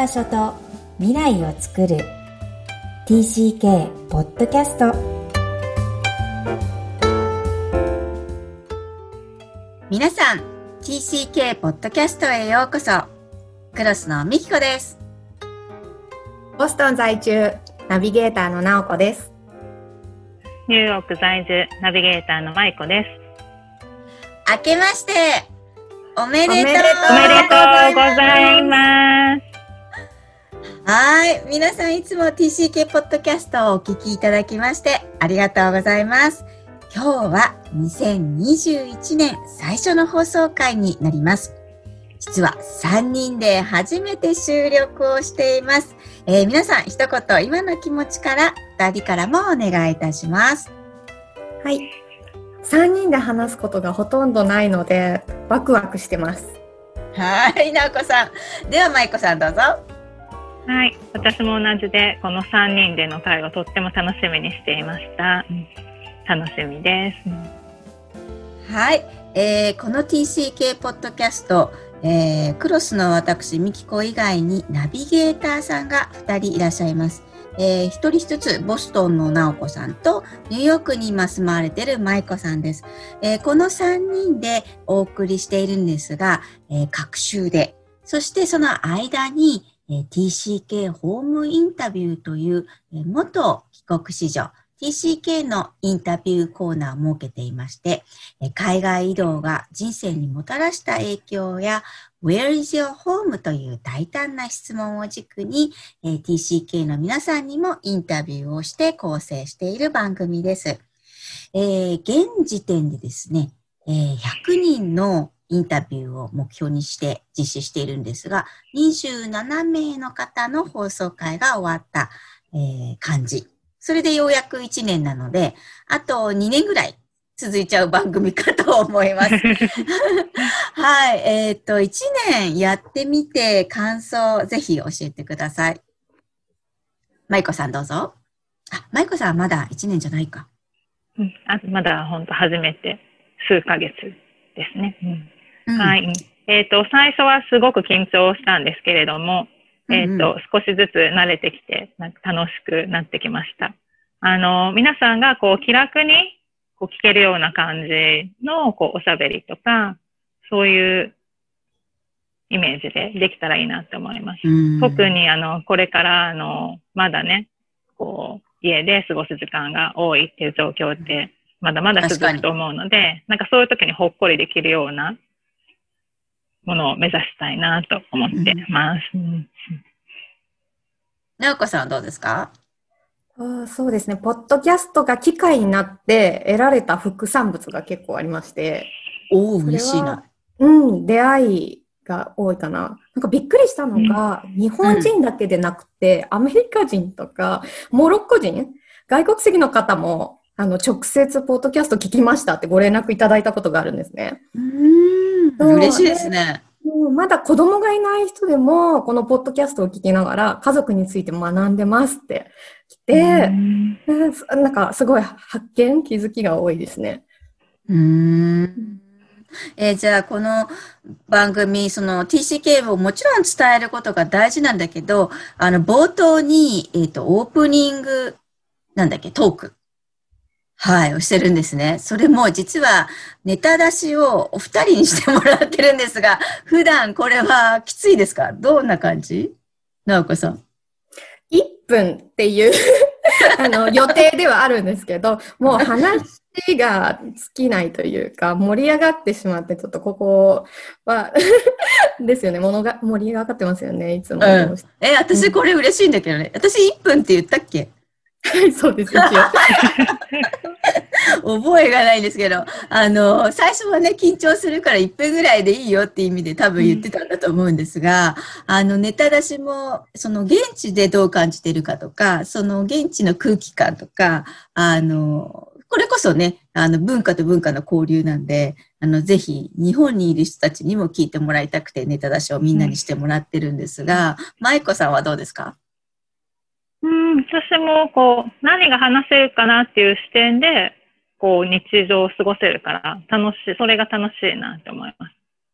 場所と未来をつくる TCK ポッドキャスト。皆さん TCK ポッドキャストへようこそ。クロスのみきこです。 ボストン在住ナビゲーターのなおこです。 ニューヨーク在住ナビゲーターのまいこです。 明けましておめでとうございます。 はい、皆さんいつも TCK ポッドキャストをお聞きいただきましてありがとうございます。今日は2021年最初の放送回になります。実は3人で初めて収録をしています。皆さん一言今の気持ちから2人からもお願いいたします。 はい、3人で話すことがほとんどないのでワクワクしてます。 はい、なおこさん。ではまいこさんどうぞ。 はい、私も同じでこの3人での会をとっても楽しみにしていました。楽しみです。 はい、この TCK ポッドキャスト、クロスの私みきこ以外にナビゲーターさんが2人いらっしゃいます。一人一つボストンのなおこさんとニューヨークに今住まわれているまいこさんです。この3人でお送りしているんですが、各週で、そしてその間に、TCK ホームインタビューという、元帰国子女TCK のインタビューコーナーを設けていまして、海外移動が人生にもたらした影響や Where is your home? という大胆な質問を軸に、TCK の皆さんにもインタビューをして構成している番組です。現時点でですね、100人のインタビューを目標にして実施しているんですが、27名の方の放送回が終わった、感じ。それでようやく1年なので、あと2年ぐらい続いちゃう番組かと思います。はい。1年やってみて感想、ぜひ教えてください。まいこさんどうぞ。まいこさんはまだ1年じゃないか。 まだ本当初めて数ヶ月ですね。はい。最初はすごく緊張したんですけれども、少しずつ慣れてきて、楽しくなってきました。皆さんが気楽に聞けるような感じのおしゃべりとか、そういうイメージでできたらいいなって思います。特にこれからまだね、家で過ごす時間が多いっていう状況ってまだまだ続くと思うので、そういう時にほっこりできるようなものを目指したいなと思ってます。 なおこさんはどうですか？ そうですね。ポッドキャストが機会になって得られた副産物が結構ありまして。 嬉しいな。 出会いが多いかな。びっくりしたのが、日本人だけでなくて、アメリカ人とか、モロッコ人、外国籍の方も、直接ポッドキャスト聞きましたってご連絡いただいたことがあるんですね。 嬉しいですね。 まだ子供がいない人でも、このポッドキャストを聞きながら、家族について学んでますって来て、すごい発見、気づきが多いですね。 じゃあ、この番組、その TCK をもちろん伝えることが大事なんだけど、冒頭に、オープニング、トーク。はい、をしてるんですね。それも実はネタ出しをお二人にしてもらってるんですが、普段これはきついですか？どんな感じ？なおこさん。 1分っていう予定ではあるんですけど、もう話が尽きないというか、盛り上がってしまって、ちょっとここはですよね。盛り上がってますよね、いつも。 私これ嬉しいんだけどね。私1分って言ったっけ？ はい、そうです、一応。 覚えがないんですけど、最初はね、緊張するから1分ぐらいでいいよっていう意味で多分言ってたんだと思うんですが、ネタ出しも、その現地でどう感じてるかとか、その現地の空気感とか、これこそね、文化と文化の交流なんで、ぜひ日本にいる人たちにも聞いてもらいたくてネタ出しをみんなにしてもらってるんですが、まいこさんはどうですか？ 私も何が話せるかなっていう視点で日常を過ごせるからそれが楽しいなって思います。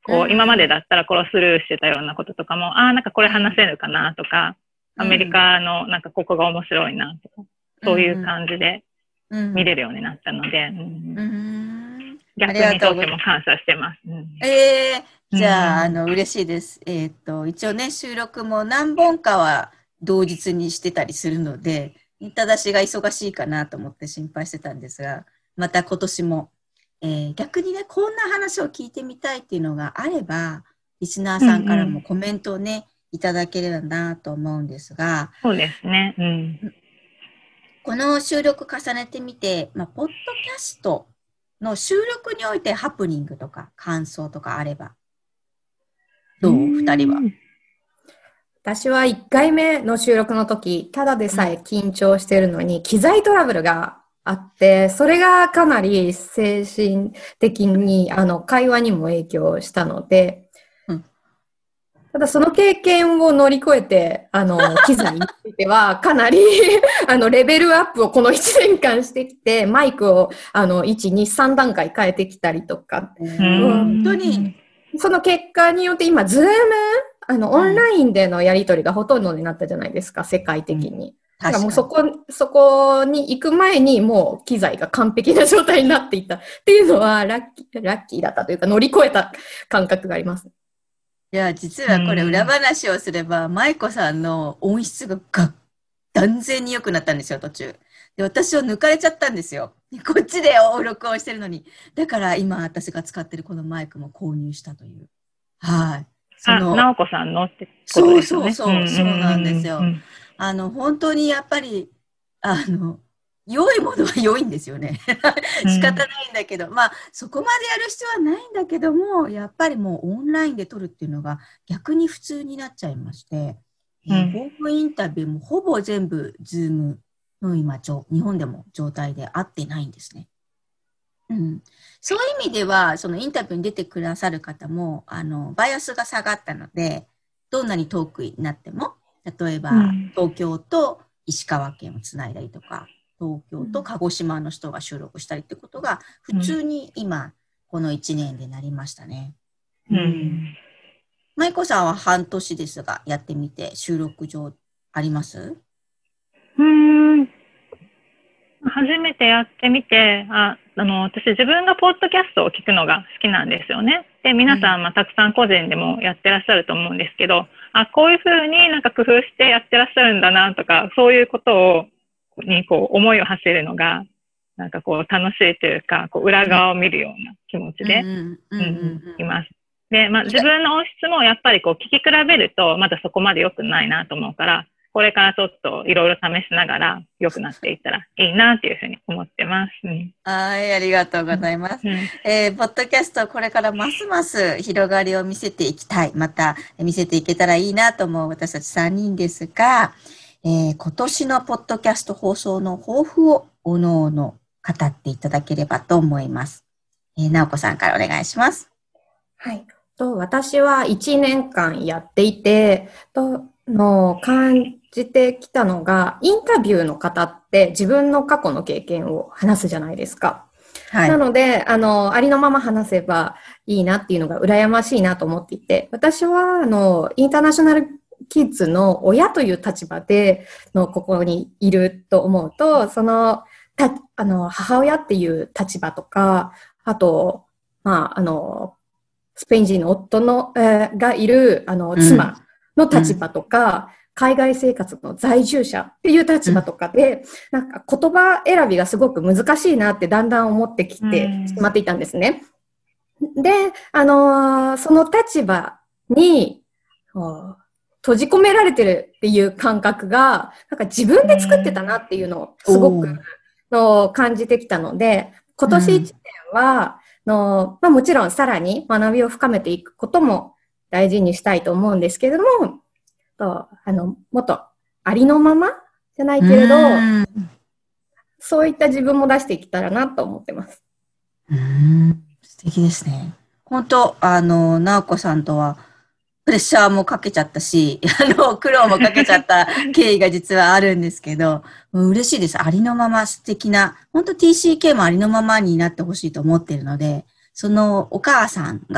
こう、今までだったらこれをスルーしてたようなこととかも、なんかこれ話せるかなとか、アメリカのなんかここが面白いなとか、そういう感じで見れるようになったので、逆にとっても感謝してます。 じゃあ、嬉しいです。一応ね、収録も何本かは同日にしてたりするので、正しが忙しいかなと思って心配してたんですが、また今年も、逆にね、こんな話を聞いてみたいっていうのがあれば、リスナーさんからもコメントをね、いただければなと思うんですが、 そうですね。 この収録重ねてみて、ポッドキャストの収録においてハプニングとか感想とかあれば、どう二人は。 私は1回目の収録の時、ただでさえ緊張してるのに、機材トラブルがあって、それがかなり精神的に、会話にも影響したので、ただその経験を乗り越えて、機材についてはかなり、レベルアップをこの1年間してきて、マイクを、1、2、3段階変えてきたりとか。 本当に。 その結果によって今、ズーム、オンラインでのやり取りがほとんどになったじゃないですか、世界的に。だからもうそこに行く前にもう機材が完璧な状態になっていたっていうのはラッキーだったというか乗り越えた感覚があります。 いや、実はこれ裏話をすれば、舞子さんの音質が断然に良くなったんですよ、途中。で、私を抜かれちゃったんですよ。こっちで録音してるのに。だから今私が使ってるこのマイクも購入したという。はい。 直子さんのってことですよね。 そうなんですよ。本当にやっぱり、良いものは良いんですよね。仕方ないんだけど、そこまでやる必要はないんだけども、やっぱりもうオンラインで撮るっていうのが逆に普通になっちゃいまして、ホームインタビューもほぼ全部ズームの今、日本でも状態で合ってないんですね。そういう意味では、そのインタビューに出てくださる方も、バイアスが下がったので、どんなに遠くになっても、例えば、東京と石川県をつないだりとか、東京と鹿児島の人が収録したりってことが、普通に今、この1年でなりましたね。舞子さんは半年ですが、やってみて、収録上あります？ 初めてやってみて、私自分がポッドキャストを聞くのが好きなんですよね。で、皆さん、たくさん個人でもやってらっしゃると思うんですけど、こういうふうになんか工夫してやってらっしゃるんだなとか、そういうことに思いを馳せるのが、なんか楽しいというか、裏側を見るような気持ちで、います。で、自分の音質もやっぱり聞き比べると、まだそこまで良くないなと思うから、これからちょっといろいろ試しながら良くなっていったらいいなっていうふうに思ってます。 はい、ありがとうございます。ポッドキャストこれからますます広がりを見せていきたい。また見せていけたらいいなと思う私たち3人ですが、今年のポッドキャスト放送の抱負をおのおの語っていただければと思います。直子さんからお願いします。 はい。私は1年間やっていて、感じてきたのが、インタビューの方って自分の過去の経験を話すじゃないですか。はい、なので、ありのまま話せばいいなっていうのが羨ましいなと思っていて、私は、インターナショナルキッズの親という立場でここにいると思うと、母親っていう立場とか、あと、スペイン人の夫がいる、妻の立場とか、海外生活の在住者っていう立場とかで、なんか言葉選びがすごく難しいなってだんだん思ってきてしまっていたんですね。で、その立場に閉じ込められてるっていう感覚が、なんか自分で作ってたなっていうのをすごく感じてきたので、今年1年は、もちろんさらに学びを深めていくことも大事にしたいと思うんですけれども、もっとありのままじゃないけれど、そういった自分も出していけたらなと思ってます。 素敵ですね。本当、直子さんとはプレッシャーもかけちゃったし、苦労もかけちゃった経緯が実はあるんですけど、嬉しいです。ありのまま素敵な、本当 TCK もありのままになってほしいと思っているので、そのお母さんが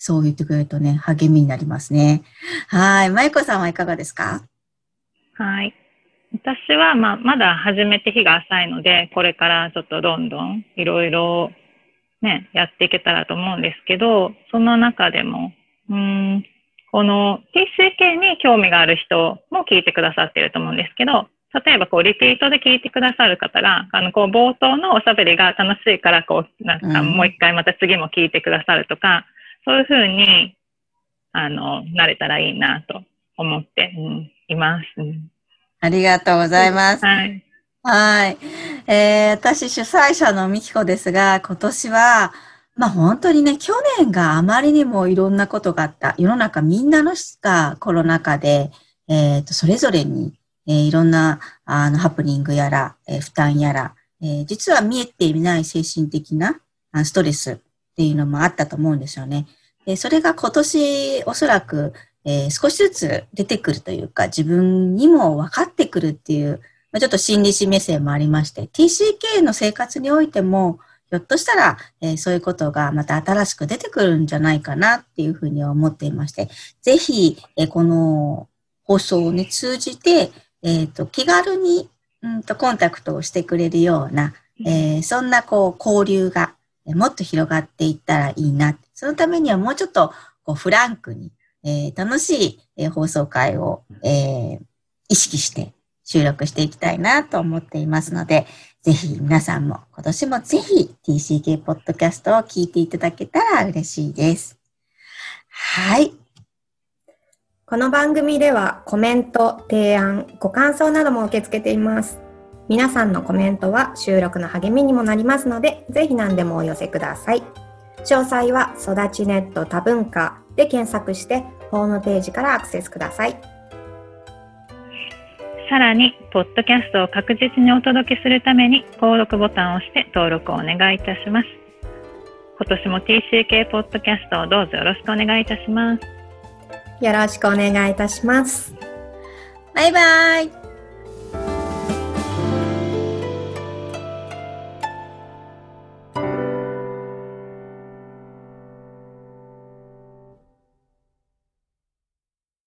そう言ってくれるとね、励みになりますね。はい。まゆこさんはいかがですか？ はい。私は、まだ始めて日が浅いので、これからちょっとどんどんいろいろね、やっていけたらと思うんですけど、その中でも、この TCK に興味がある人も聞いてくださっていると思うんですけど、例えばリピートで聞いてくださる方が、冒頭のおしゃべりが楽しいから、なんかもう一回また次も聞いてくださるとか、そういうふうに、なれたらいいなと思って、います。 ありがとうございます。 はい。 はい。私主催者のみきこですが、今年は、本当にね、去年があまりにもいろんなことがあった。世の中みんなのがコロナ禍で、それぞれに、いろんな、ハプニングやら、負担やら、実は見えていない精神的なストレスっていうのもあったと思うんですよね。それが今年おそらく、少しずつ出てくるというか、自分にも分かってくるっていう、ちょっと心理師目線もありまして、TCK の生活においても、ひょっとしたら、そういうことがまた新しく出てくるんじゃないかなっていうふうに思っていまして、ぜひ、この放送をね、通じて、気軽に、コンタクトをしてくれるような、そんな交流がもっと広がっていったらいいな。そのためにはもうちょっとフランクに、楽しい、放送回を、意識して収録していきたいなと思っていますので、ぜひ皆さんも今年もぜひ TCK ポッドキャストを聞いていただけたら嬉しいです。はい。 この番組ではコメント、提案、ご感想なども受け付けています。皆さんのコメントは収録の励みにもなりますので、ぜひ何でもお寄せください。詳細は育ちネット多文化で検索してホームページからアクセスください。 さらに、ポッドキャストを確実にお届けするために登録ボタンを押して登録をお願いいたします。今年も TCK ポッドキャストをどうぞよろしくお願いいたします。 よろしくお願いいたします。 バイバイ。